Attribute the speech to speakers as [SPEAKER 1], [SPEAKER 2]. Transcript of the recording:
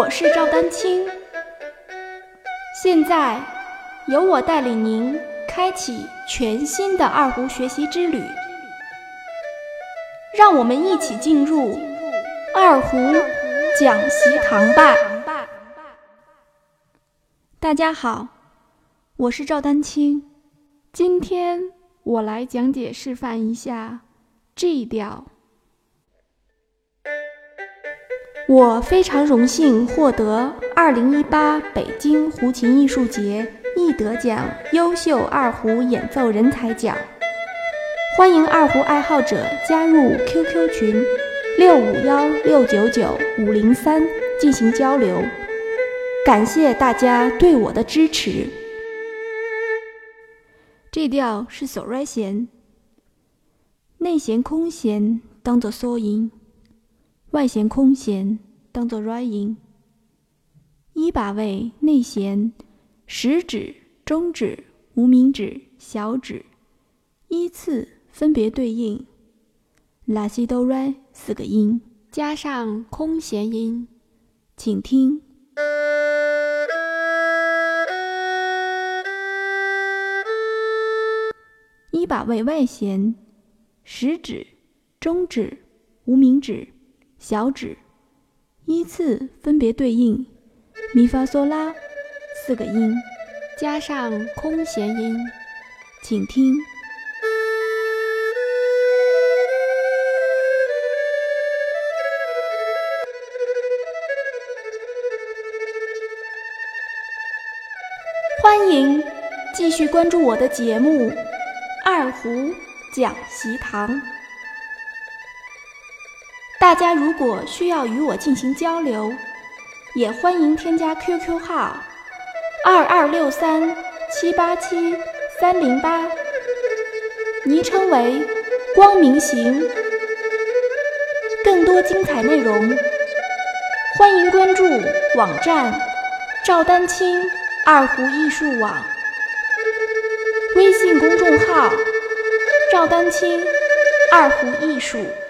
[SPEAKER 1] 是赵丹青，现在由我带领您开启全新的二胡学习之旅，让我们一起进入二胡讲习堂吧。大家好，我是赵丹青，今天我来讲解示范一下 G 调。我非常荣幸获得2018北京胡琴艺术节一得奖优秀二胡演奏人才奖，欢迎二胡爱好者加入 QQ 群651699503进行交流，感谢大家对我的支持。这调是手来弦，内弦空弦当作嗦音，外弦空弦当作 re 音。一把位内弦食指、中指、无名指、小指依次分别对应 La Si Do Re 4个音，加上空弦音，请听。一把位外弦食指、中指、无名指、小指依次分别对应咪发嗦拉4个音，加上空弦音，请听。欢迎继续关注我的节目二胡讲习堂。大家如果需要与我进行交流，也欢迎添加 QQ 号2263787308，昵称为光明行。更多精彩内容，欢迎关注网站赵丹青二胡艺术网，微信公众号赵丹青二胡艺术。